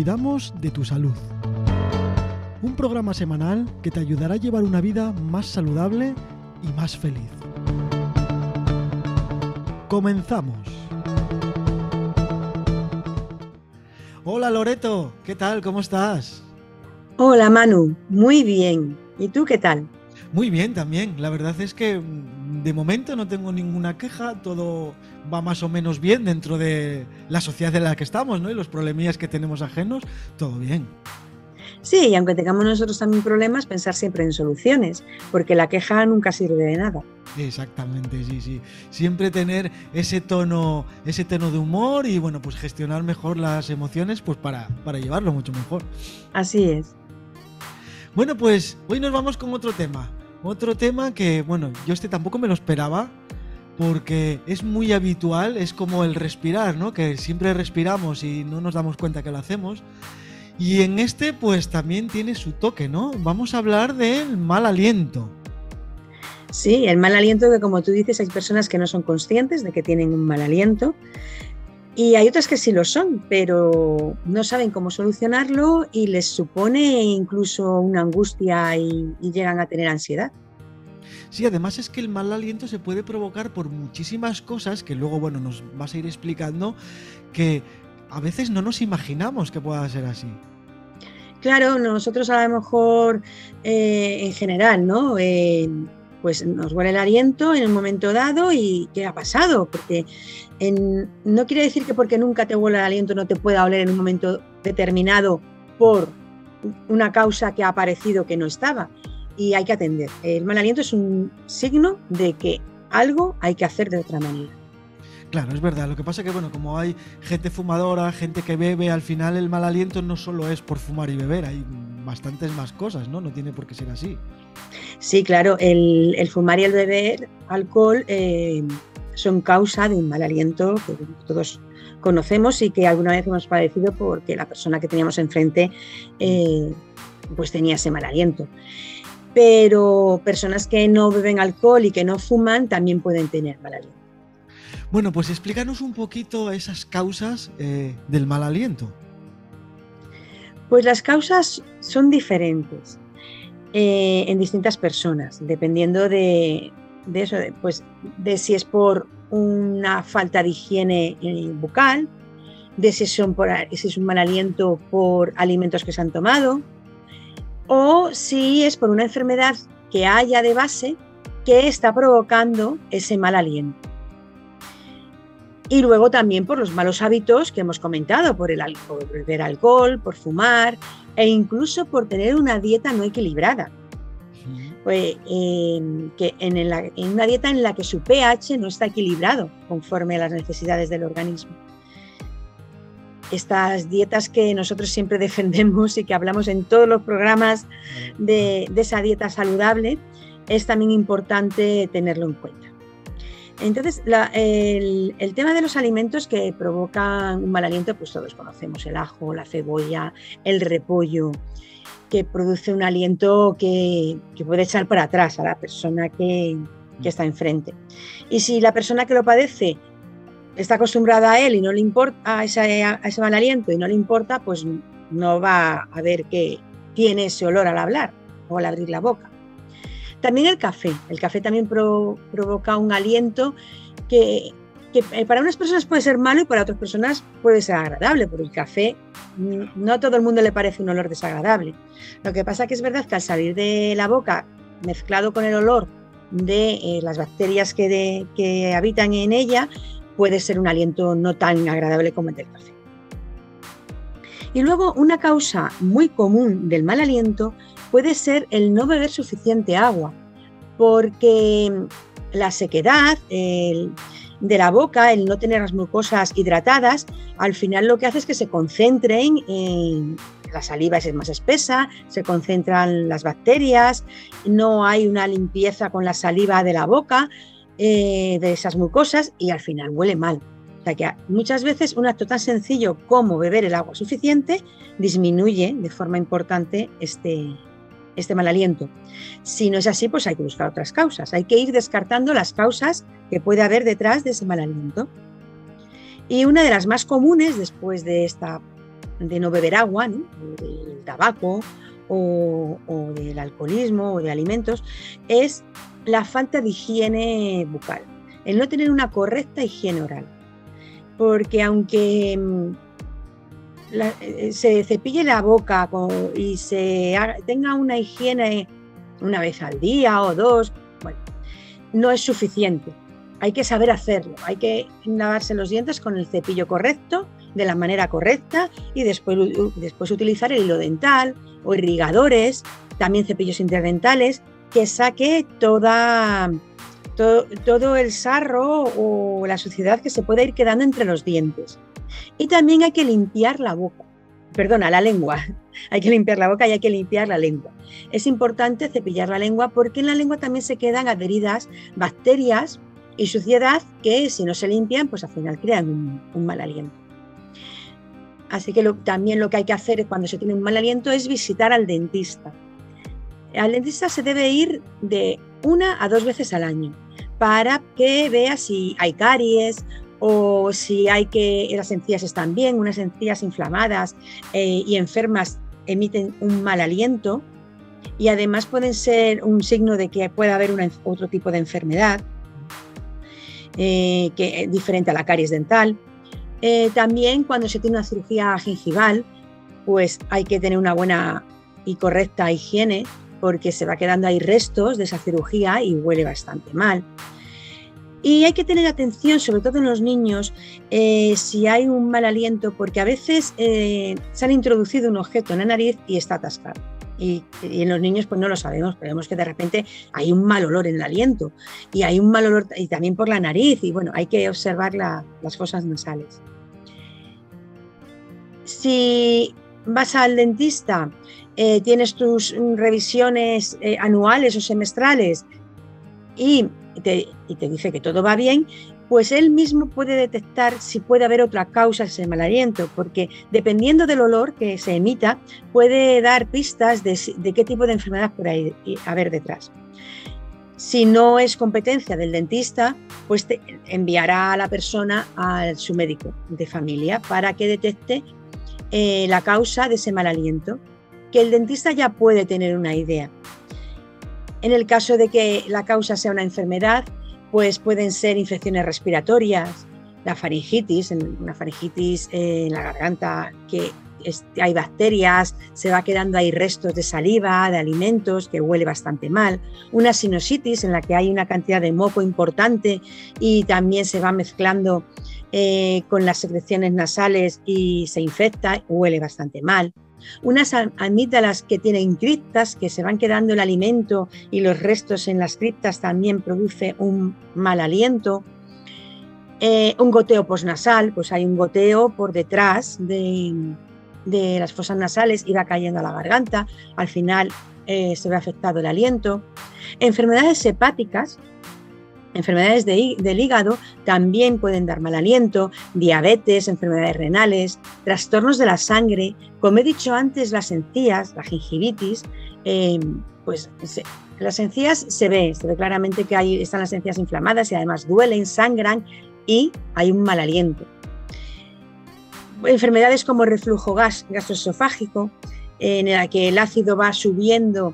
cuidamos de tu salud. Un programa semanal que te ayudará a llevar una vida más saludable y más feliz. ¡Comenzamos! Hola Loreto, ¿qué tal? ¿Cómo estás? Hola Manu, muy bien. ¿Y tú qué tal? Muy bien también. La verdad es que de momento no tengo ninguna queja, todo va más o menos bien dentro de la sociedad en la que estamos, ¿no? Y los problemillas que tenemos ajenos, todo bien. Sí, y aunque tengamos nosotros también problemas, pensar siempre en soluciones, porque la queja nunca sirve de nada. Exactamente, sí. Siempre tener ese tono de humor y bueno, pues gestionar mejor las emociones, pues para llevarlo mucho mejor. Así es. Bueno, pues hoy nos vamos con otro tema. Otro tema que, bueno, yo tampoco me lo esperaba, porque es muy habitual, es como el respirar, ¿no? Que siempre respiramos y no nos damos cuenta que lo hacemos. Y en pues también tiene su toque, ¿no? Vamos a hablar del mal aliento. Sí, el mal aliento, que como tú dices, hay personas que no son conscientes de que tienen un mal aliento y hay otras que sí lo son, pero no saben cómo solucionarlo y les supone incluso una angustia y llegan a tener ansiedad. Sí, además es que el mal aliento se puede provocar por muchísimas cosas que luego, bueno, nos vas a ir explicando, que a veces no nos imaginamos que pueda ser así. Claro, nosotros a lo mejor en general, ¿no? Pues nos huele el aliento en un momento dado y ¿qué ha pasado? Porque no quiere decir que porque nunca te huele el aliento no te pueda oler en un momento determinado por una causa que ha aparecido que no estaba. Y hay que atender. El mal aliento es un signo de que algo hay que hacer de otra manera. Claro, es verdad. Lo que pasa es que, bueno, como hay gente fumadora, gente que bebe, al final el mal aliento no solo es por fumar y beber, hay bastantes más cosas, ¿no? No tiene por qué ser así. Sí, claro, el fumar y el beber alcohol son causa de un mal aliento que todos conocemos y que alguna vez hemos padecido porque la persona que teníamos enfrente pues tenía ese mal aliento. Pero personas que no beben alcohol y que no fuman también pueden tener mal aliento. Bueno, pues explícanos un poquito esas causas del mal aliento. Pues las causas son diferentes en distintas personas, dependiendo de eso, de si es por una falta de higiene bucal, de si es un mal aliento por alimentos que se han tomado, o si es por una enfermedad que haya de base que está provocando ese mal aliento. Y luego también por los malos hábitos que hemos comentado, por beber alcohol, por fumar e incluso por tener una dieta no equilibrada. Pues, que en una dieta en la que su pH no está equilibrado conforme a las necesidades del organismo. Estas dietas que nosotros siempre defendemos y que hablamos en todos los programas de esa dieta saludable, es también importante tenerlo en cuenta. Entonces, el tema de los alimentos que provocan un mal aliento, pues todos conocemos el ajo, la cebolla, el repollo, que produce un aliento que puede echar para atrás a la persona que está enfrente. Y si la persona que lo padece está acostumbrada a él y no le importa a ese mal aliento y no le importa, pues no va a ver que tiene ese olor al hablar o al abrir la boca. También el café también provoca un aliento que para unas personas puede ser malo y para otras personas puede ser agradable, porque el café no a todo el mundo le parece un olor desagradable. Lo que pasa que es verdad que al salir de la boca, mezclado con el olor de las bacterias que habitan en ella, puede ser un aliento no tan agradable como el del café. Y luego una causa muy común del mal aliento puede ser el no beber suficiente agua, porque la sequedad de la boca, el no tener las mucosas hidratadas, al final lo que hace es que se concentren en la saliva, es más espesa, se concentran las bacterias, no hay una limpieza con la saliva de la boca, de esas mucosas, y al final huele mal. O sea que muchas veces un acto tan sencillo como beber el agua suficiente disminuye de forma importante este mal aliento. Si no es así, pues hay que buscar otras causas. Hay que ir descartando las causas que puede haber detrás de ese mal aliento. Y una de las más comunes, después de esta de no beber agua, ¿no? O del tabaco o del alcoholismo o de alimentos, es la falta de higiene bucal, el no tener una correcta higiene oral. Porque aunque se cepille la boca y tenga una higiene una vez al día o dos, bueno, no es suficiente. Hay que saber hacerlo, hay que lavarse los dientes con el cepillo correcto, de la manera correcta, y después utilizar el hilo dental o irrigadores, también cepillos interdentales, que saque todo el sarro o la suciedad que se pueda ir quedando entre los dientes. Y también hay que limpiar la lengua. Hay que limpiar la boca y hay que limpiar la lengua. Es importante cepillar la lengua porque en la lengua también se quedan adheridas bacterias y suciedad que, si no se limpian, pues al final crean un mal aliento. Así que también lo que hay que hacer cuando se tiene un mal aliento es visitar al dentista. Al dentista se debe ir de 1 a 2 veces al año para que vea si hay caries o si las encías están bien. Unas encías inflamadas y enfermas emiten un mal aliento y además pueden ser un signo de que pueda haber otro tipo de enfermedad diferente a la caries dental. También cuando se tiene una cirugía gingival, pues hay que tener una buena y correcta higiene porque se va quedando ahí restos de esa cirugía y huele bastante mal. Y hay que tener atención, sobre todo en los niños, si hay un mal aliento, porque a veces se han introducido un objeto en la nariz y está atascado. Y en los niños pues no lo sabemos, pero vemos que de repente hay un mal olor en el aliento y hay un mal olor y también por la nariz, y bueno, hay que observar las fosas nasales. Si vas al dentista, tienes tus revisiones anuales o semestrales y te dice que todo va bien, pues él mismo puede detectar si puede haber otra causa de ese mal aliento, porque dependiendo del olor que se emita, puede dar pistas de qué tipo de enfermedad puede haber detrás. Si no es competencia del dentista, pues enviará a la persona a su médico de familia para que detecte la causa de ese mal aliento, que el dentista ya puede tener una idea. En el caso de que la causa sea una enfermedad, pues pueden ser infecciones respiratorias, la faringitis, una faringitis en la garganta, que hay bacterias, se va quedando ahí restos de saliva, de alimentos, que huele bastante mal, una sinusitis en la que hay una cantidad de moco importante y también se va mezclando con las secreciones nasales y se infecta, huele bastante mal. Unas amígdalas que tienen criptas, que se van quedando el alimento y los restos en las criptas también produce un mal aliento. Un goteo postnasal, pues hay un goteo por detrás de las fosas nasales y va cayendo a la garganta, al final se ve afectado el aliento. Enfermedades hepáticas, enfermedades del hígado también pueden dar mal aliento, diabetes, enfermedades renales, trastornos de la sangre, como he dicho antes, las encías, la gingivitis, pues las encías se ve claramente que están las encías inflamadas y además duelen, sangran y hay un mal aliento. Enfermedades como el reflujo gastroesofágico, en la que el ácido va subiendo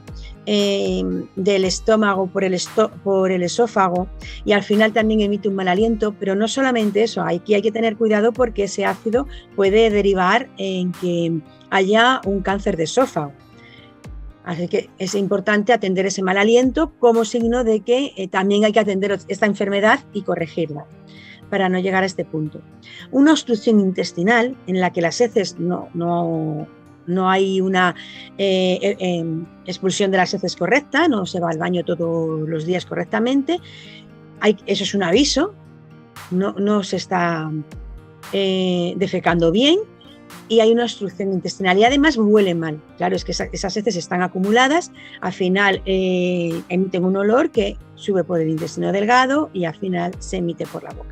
del estómago por el esófago y al final también emite un mal aliento, pero no solamente eso, aquí hay que tener cuidado porque ese ácido puede derivar en que haya un cáncer de esófago. Así que es importante atender ese mal aliento como signo de que también hay que atender esta enfermedad y corregirla para no llegar a este punto. Una obstrucción intestinal en la que las heces no hay una expulsión de las heces correcta, no se va al baño todos los días correctamente, eso es un aviso, no se está defecando bien y hay una obstrucción intestinal y además huele mal. Claro, es que esas heces están acumuladas, al final emiten un olor que sube por el intestino delgado y al final se emite por la boca.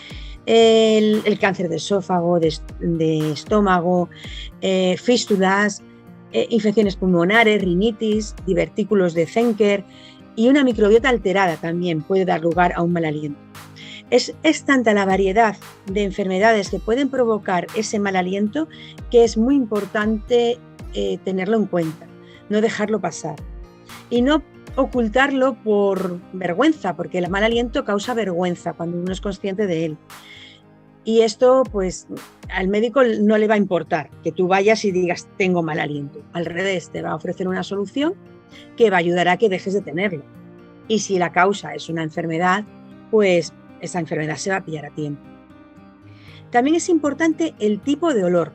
El cáncer de esófago, de estómago, fístulas, infecciones pulmonares, rinitis, divertículos de Zenker y una microbiota alterada también puede dar lugar a un mal aliento. Es tanta la variedad de enfermedades que pueden provocar ese mal aliento que es muy importante tenerlo en cuenta, no dejarlo pasar y no ocultarlo por vergüenza, porque el mal aliento causa vergüenza cuando uno es consciente de él. Y esto, pues, al médico no le va a importar que tú vayas y digas tengo mal aliento. Al revés, te va a ofrecer una solución que va a ayudar a que dejes de tenerlo. Y si la causa es una enfermedad, pues esa enfermedad se va a pillar a tiempo. También es importante el tipo de olor,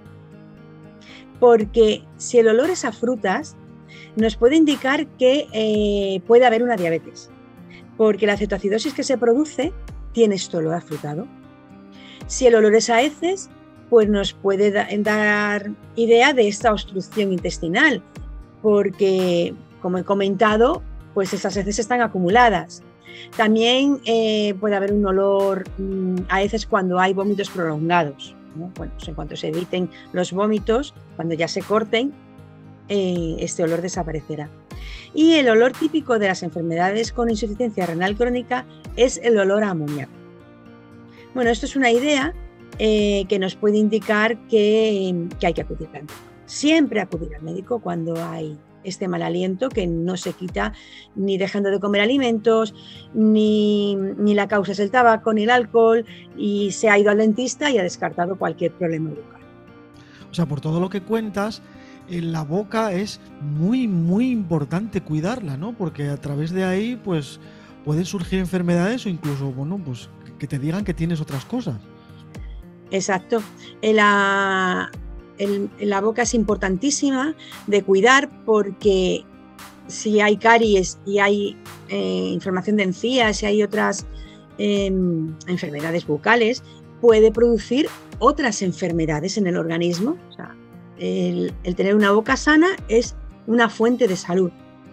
porque si el olor es a frutas, nos puede indicar que puede haber una diabetes, porque la cetoacidosis que se produce tiene este olor afrutado. Si el olor es a heces, pues nos puede dar idea de esta obstrucción intestinal, porque, como he comentado, pues esas heces están acumuladas. También puede haber un olor a heces cuando hay vómitos prolongados, ¿no? Bueno, pues en cuanto se eviten los vómitos, cuando ya se corten, este olor desaparecerá. Y el olor típico de las enfermedades con insuficiencia renal crónica es el olor a amoníaco. Bueno, esto es una idea que nos puede indicar que hay que acudir al médico. Siempre acudir al médico cuando hay este mal aliento que no se quita ni dejando de comer alimentos, ni la causa es el tabaco, ni el alcohol, y se ha ido al dentista y ha descartado cualquier problema bucal. O sea, por todo lo que cuentas, la boca es muy, muy importante cuidarla, ¿no? Porque a través de ahí, pues, pueden surgir enfermedades o incluso, bueno, pues, que te digan que tienes otras cosas. Exacto. La boca es importantísima de cuidar porque si hay caries y hay inflamación de encías, si hay otras enfermedades bucales, puede producir otras enfermedades en el organismo. O sea, el tener una boca sana es una fuente de salud.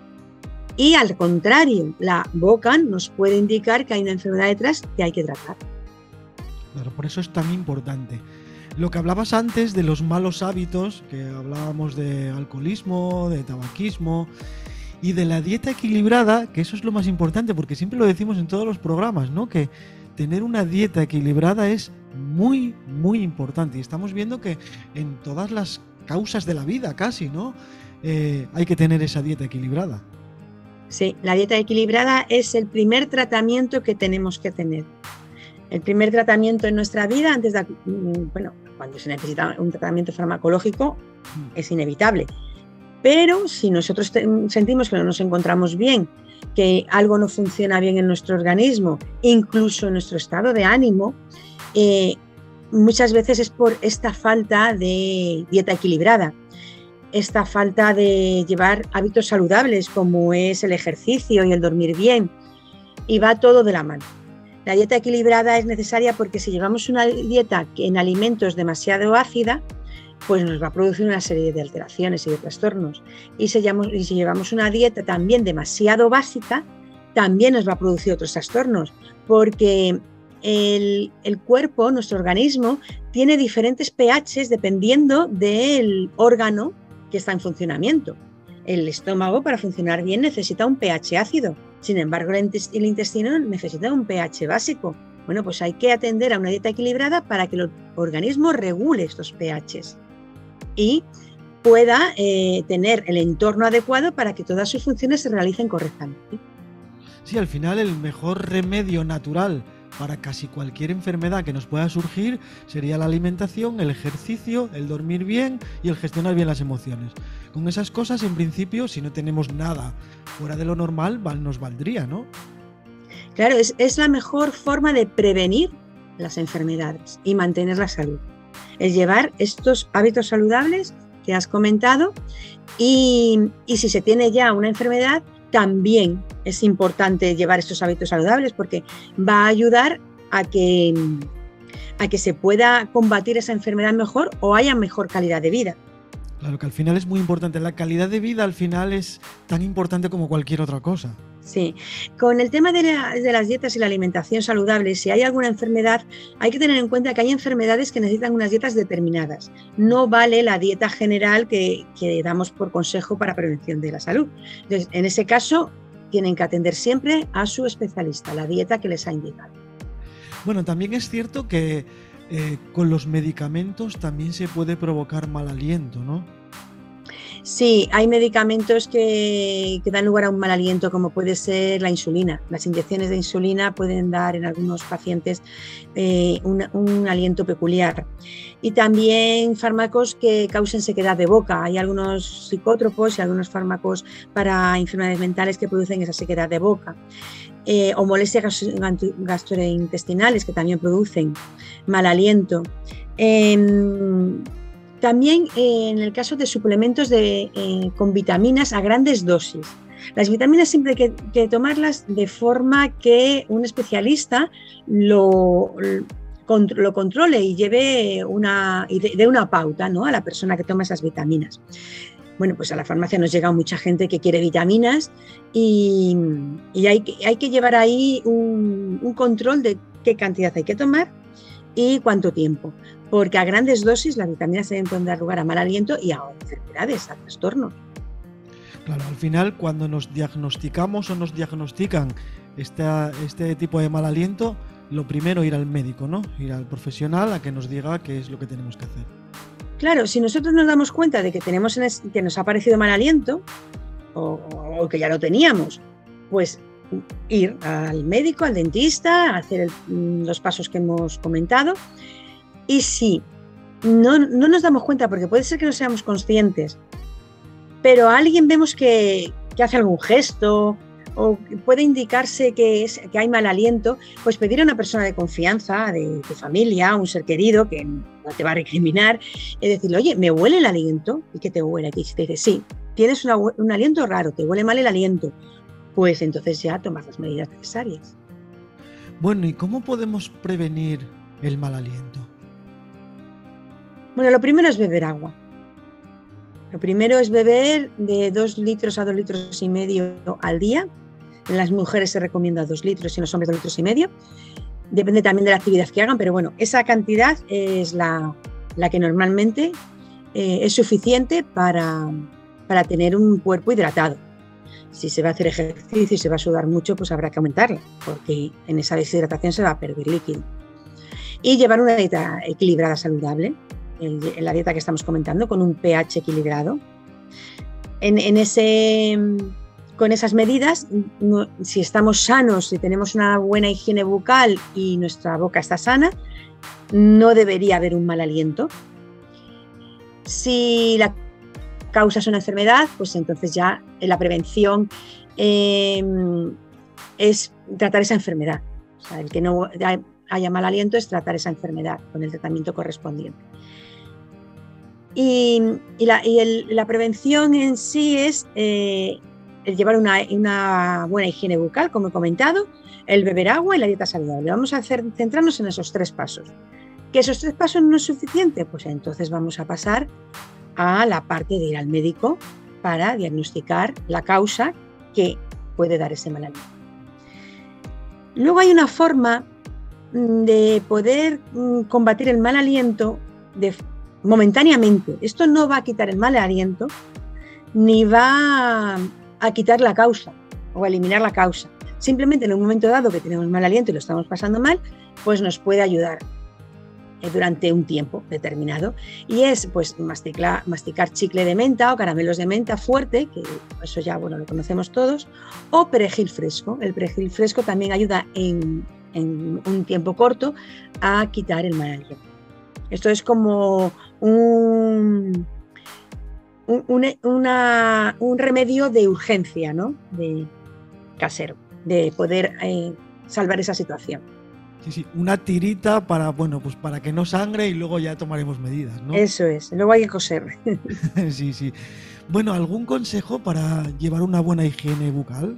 Y al contrario, la boca nos puede indicar que hay una enfermedad detrás que hay que tratar. Claro, por eso es tan importante. Lo que hablabas antes de los malos hábitos, que hablábamos de alcoholismo, de tabaquismo y de la dieta equilibrada, que eso es lo más importante, porque siempre lo decimos en todos los programas, ¿no? Que tener una dieta equilibrada es muy, muy importante. Y estamos viendo que en todas las causas de la vida casi, ¿no? Hay que tener esa dieta equilibrada. Sí, la dieta equilibrada es el primer tratamiento que tenemos que tener. El primer tratamiento en nuestra vida, antes de, bueno, cuando se necesita un tratamiento farmacológico, es inevitable. Pero si nosotros sentimos que no nos encontramos bien, que algo no funciona bien en nuestro organismo, incluso en nuestro estado de ánimo, muchas veces es por esta falta de dieta equilibrada, esta falta de llevar hábitos saludables como es el ejercicio y el dormir bien, y va todo de la mano. La dieta equilibrada es necesaria porque si llevamos una dieta en alimentos demasiado ácida, pues nos va a producir una serie de alteraciones y de trastornos. Y si llevamos una dieta también demasiado básica, también nos va a producir otros trastornos, porque el cuerpo, nuestro organismo, tiene diferentes pHs dependiendo del órgano que está en funcionamiento. El estómago, para funcionar bien, necesita un pH ácido. Sin embargo, el intestino necesita un pH básico. Bueno, pues hay que atender a una dieta equilibrada para que el organismo regule estos pHs y pueda tener el entorno adecuado para que todas sus funciones se realicen correctamente. Sí, al final el mejor remedio natural para casi cualquier enfermedad que nos pueda surgir sería la alimentación, el ejercicio, el dormir bien y el gestionar bien las emociones. Con esas cosas, en principio, si no tenemos nada fuera de lo normal, nos valdría, ¿no? Claro, es la mejor forma de prevenir las enfermedades y mantener la salud. Es llevar estos hábitos saludables que has comentado y si se tiene ya una enfermedad, también es importante llevar estos hábitos saludables porque va a ayudar a que se pueda combatir esa enfermedad mejor o haya mejor calidad de vida. Claro que al final es muy importante. La calidad de vida al final es tan importante como cualquier otra cosa. Sí, con el tema de las dietas y la alimentación saludable, si hay alguna enfermedad, hay que tener en cuenta que hay enfermedades que necesitan unas dietas determinadas. No vale la dieta general que damos por consejo para prevención de la salud. Entonces, en ese caso, tienen que atender siempre a su especialista, la dieta que les ha indicado. Bueno, también es cierto que con los medicamentos también se puede provocar mal aliento, ¿no? Sí, hay medicamentos que dan lugar a un mal aliento, como puede ser la insulina. Las inyecciones de insulina pueden dar en algunos pacientes un aliento peculiar. Y también fármacos que causen sequedad de boca. Hay algunos psicótropos y algunos fármacos para enfermedades mentales que producen esa sequedad de boca. O molestias gastrointestinales que también producen mal aliento. También en el caso de suplementos con vitaminas a grandes dosis. Las vitaminas siempre hay que tomarlas de forma que un especialista lo controle y dé una pauta, ¿no?, a la persona que toma esas vitaminas. Bueno, pues a la farmacia nos llega mucha gente que quiere vitaminas y hay que llevar ahí un control de qué cantidad hay que tomar y cuánto tiempo, porque a grandes dosis las vitaminas pueden dar lugar a mal aliento y a enfermedades, a trastornos. Claro, al final cuando nos diagnosticamos o nos diagnostican este tipo de mal aliento, lo primero ir al médico, ¿no? Ir al profesional a que nos diga qué es lo que tenemos que hacer. Claro, si nosotros nos damos cuenta de que que nos ha parecido mal aliento o que ya lo teníamos, pues ir al médico, al dentista, hacer los pasos que hemos comentado. Y si no nos damos cuenta, porque puede ser que no seamos conscientes, pero a alguien vemos que hace algún gesto o puede indicarse que hay mal aliento, pues pedir a una persona de confianza, de familia, un ser querido que no te va a recriminar, es decirle, oye, ¿me huele el aliento? ¿Y qué te huele? Y te dice, sí, tienes un aliento raro, te huele mal el aliento. Pues entonces ya tomas las medidas necesarias. Bueno, ¿y cómo podemos prevenir el mal aliento? Bueno, lo primero es beber agua. Lo primero es beber de 2 litros a 2,5 litros al día. En las mujeres se recomienda 2 litros y en los hombres 2,5 litros. Depende también de la actividad que hagan, pero bueno, esa cantidad es la que normalmente es suficiente para tener un cuerpo hidratado. Si se va a hacer ejercicio y se va a sudar mucho, pues habrá que aumentarla, porque en esa deshidratación se va a perder líquido. Y llevar una dieta equilibrada, saludable, en la dieta que estamos comentando, con un pH equilibrado. Con esas medidas, si estamos sanos, si tenemos una buena higiene bucal y nuestra boca está sana, no debería haber un mal aliento. Si la causa es una enfermedad, pues entonces ya la prevención es tratar esa enfermedad. O sea, el que no haya mal aliento es tratar esa enfermedad con el tratamiento correspondiente. Y la prevención en sí es el llevar una buena higiene bucal, como he comentado, el beber agua y la dieta saludable. Vamos a centrarnos en esos 3 pasos. ¿Que esos 3 pasos no es suficiente? Pues entonces vamos a pasar a la parte de ir al médico para diagnosticar la causa que puede dar ese mal aliento. Luego hay una forma de poder combatir el mal aliento momentáneamente. Esto no va a quitar el mal aliento ni va a quitar la causa o a eliminar la causa. Simplemente en un momento dado que tenemos mal aliento y lo estamos pasando mal, pues nos puede ayudar durante un tiempo determinado, y es pues masticar chicle de menta o caramelos de menta fuerte, que eso ya lo conocemos todos, o perejil fresco. El perejil fresco también ayuda en un tiempo corto a quitar el mal aliento. Esto es como un remedio de urgencia, ¿no?, de casero, de poder salvar esa situación. Sí, una tirita para que no sangre y luego ya tomaremos medidas, ¿no? Eso es, luego hay que coser. Sí. Bueno, ¿algún consejo para llevar una buena higiene bucal?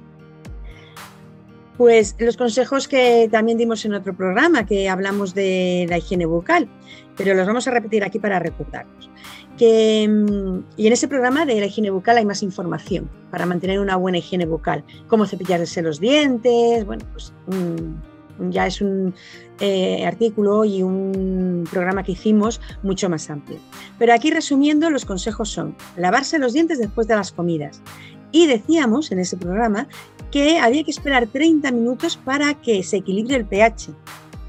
Pues los consejos que también dimos en otro programa, que hablamos de la higiene bucal, pero los vamos a repetir aquí para recordarlos. Y en ese programa de la higiene bucal hay más información para mantener una buena higiene bucal, cómo cepillarse los dientes, pues ya es un artículo y un programa que hicimos mucho más amplio. Pero aquí, resumiendo, los consejos son lavarse los dientes después de las comidas. Y decíamos en ese programa que había que esperar 30 minutos para que se equilibre el pH.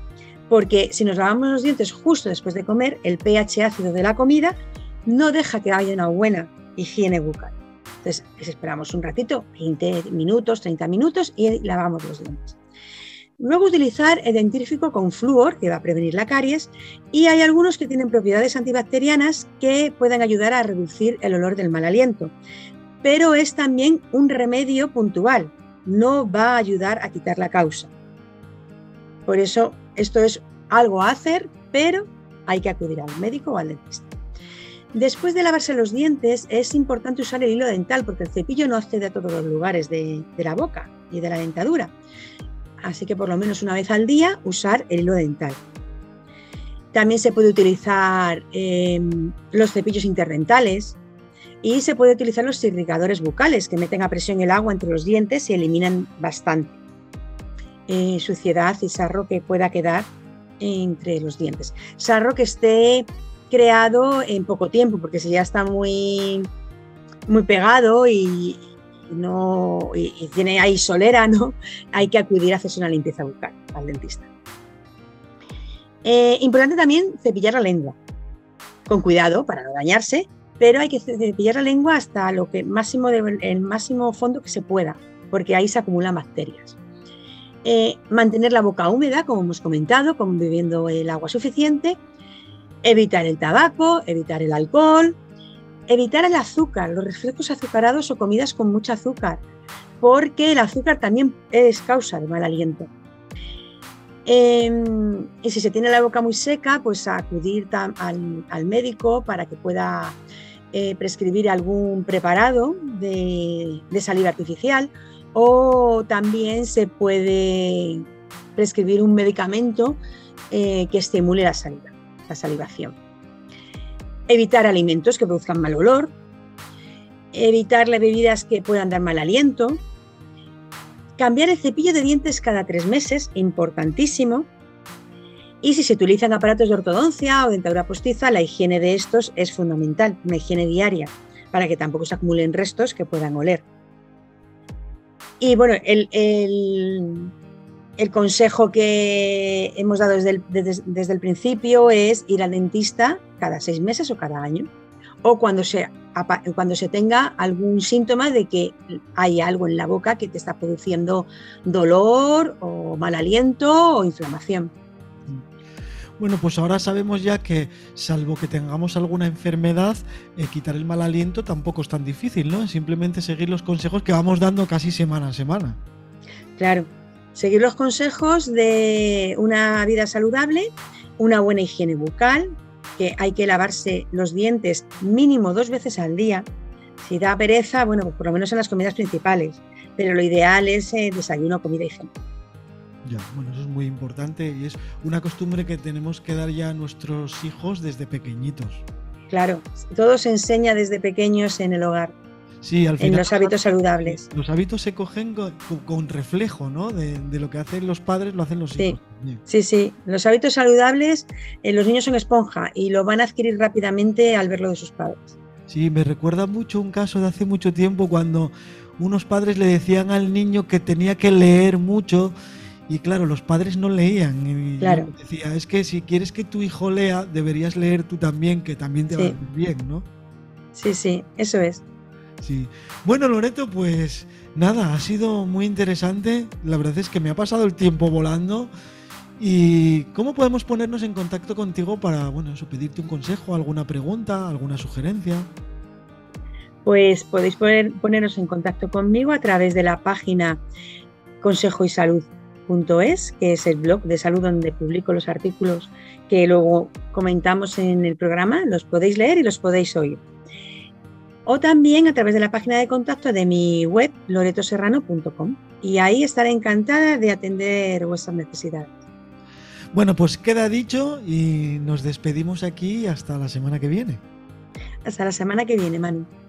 porque si nos lavamos los dientes justo después de comer, el pH ácido de la comida no deja que haya una buena higiene bucal. Entonces, esperamos un ratito, 20 minutos, 30 minutos, y lavamos los dientes. Luego utilizar el dentífrico con flúor, que va a prevenir la caries, y hay algunos que tienen propiedades antibacterianas que pueden ayudar a reducir el olor del mal aliento. Pero es también un remedio puntual, no va a ayudar a quitar la causa. Por eso, esto es algo a hacer, pero hay que acudir al médico o al dentista. Después de lavarse los dientes, es importante usar el hilo dental, porque el cepillo no accede a todos los lugares de la boca y de la dentadura. Así que por lo menos una vez al día usar el hilo dental. También se puede utilizar los cepillos interdentales y se puede utilizar los irrigadores bucales, que meten a presión el agua entre los dientes y eliminan bastante suciedad y sarro que pueda quedar entre los dientes. Sarro que esté creado en poco tiempo, porque si ya está muy, muy pegado y tiene ahí solera, ¿no? Hay que acudir a hacerse una limpieza bucal al dentista. Importante también cepillar la lengua, con cuidado para no dañarse, pero hay que cepillar la lengua hasta el máximo fondo que se pueda, porque ahí se acumulan bacterias. Mantener la boca húmeda, como hemos comentado, bebiendo el agua suficiente, evitar el tabaco, evitar el alcohol, evitar el azúcar, los refrescos azucarados o comidas con mucho azúcar, porque el azúcar también es causa de mal aliento. Y si se tiene la boca muy seca, pues acudir al médico para que pueda prescribir algún preparado de saliva artificial, o también se puede prescribir un medicamento que estimule la salivación. Evitar alimentos que produzcan mal olor, evitar las bebidas que puedan dar mal aliento, cambiar el cepillo de dientes cada 3 meses, importantísimo, y si se utilizan aparatos de ortodoncia o dentadura postiza, la higiene de estos es fundamental, una higiene diaria, para que tampoco se acumulen restos que puedan oler. Y bueno, el consejo que hemos dado desde el principio es ir al dentista cada 6 meses o cada año, o cuando se tenga algún síntoma de que hay algo en la boca que te está produciendo dolor o mal aliento o inflamación. Bueno, pues ahora sabemos ya que, salvo que tengamos alguna enfermedad, quitar el mal aliento tampoco es tan difícil, ¿no? Simplemente seguir los consejos que vamos dando casi semana a semana. Claro. Seguir los consejos de una vida saludable, una buena higiene bucal, que hay que lavarse los dientes mínimo 2 veces al día. Si da pereza, bueno, pues por lo menos en las comidas principales, pero lo ideal es desayuno, comida y cena. Ya, bueno, eso es muy importante y es una costumbre que tenemos que dar ya a nuestros hijos desde pequeñitos. Claro, todo se enseña desde pequeños en el hogar. Sí, al final, en los hábitos saludables. Los hábitos se cogen con reflejo, ¿no? De lo que hacen los padres, lo hacen los hijos. Sí. Los hábitos saludables, los niños son esponja y lo van a adquirir rápidamente al verlo de sus padres. Sí, me recuerda mucho un caso de hace mucho tiempo cuando unos padres le decían al niño que tenía que leer mucho y claro, los padres no leían. Y claro. Decía, es que si quieres que tu hijo lea, deberías leer tú también, que también te va a ir bien, ¿no? Sí, eso es. Sí. Bueno, Loreto, pues nada, ha sido muy interesante. La verdad es que me ha pasado el tiempo volando. ¿Y cómo podemos ponernos en contacto contigo para, bueno, eso, pedirte un consejo, alguna pregunta, alguna sugerencia? Pues podéis poneros en contacto conmigo a través de la página consejoysalud.es, que es el blog de salud donde publico los artículos que luego comentamos en el programa. Los podéis leer y los podéis oír. O también a través de la página de contacto de mi web, loretoserrano.com. Y ahí estaré encantada de atender vuestras necesidades. Bueno, pues queda dicho y nos despedimos aquí hasta la semana que viene. Hasta la semana que viene, Manu.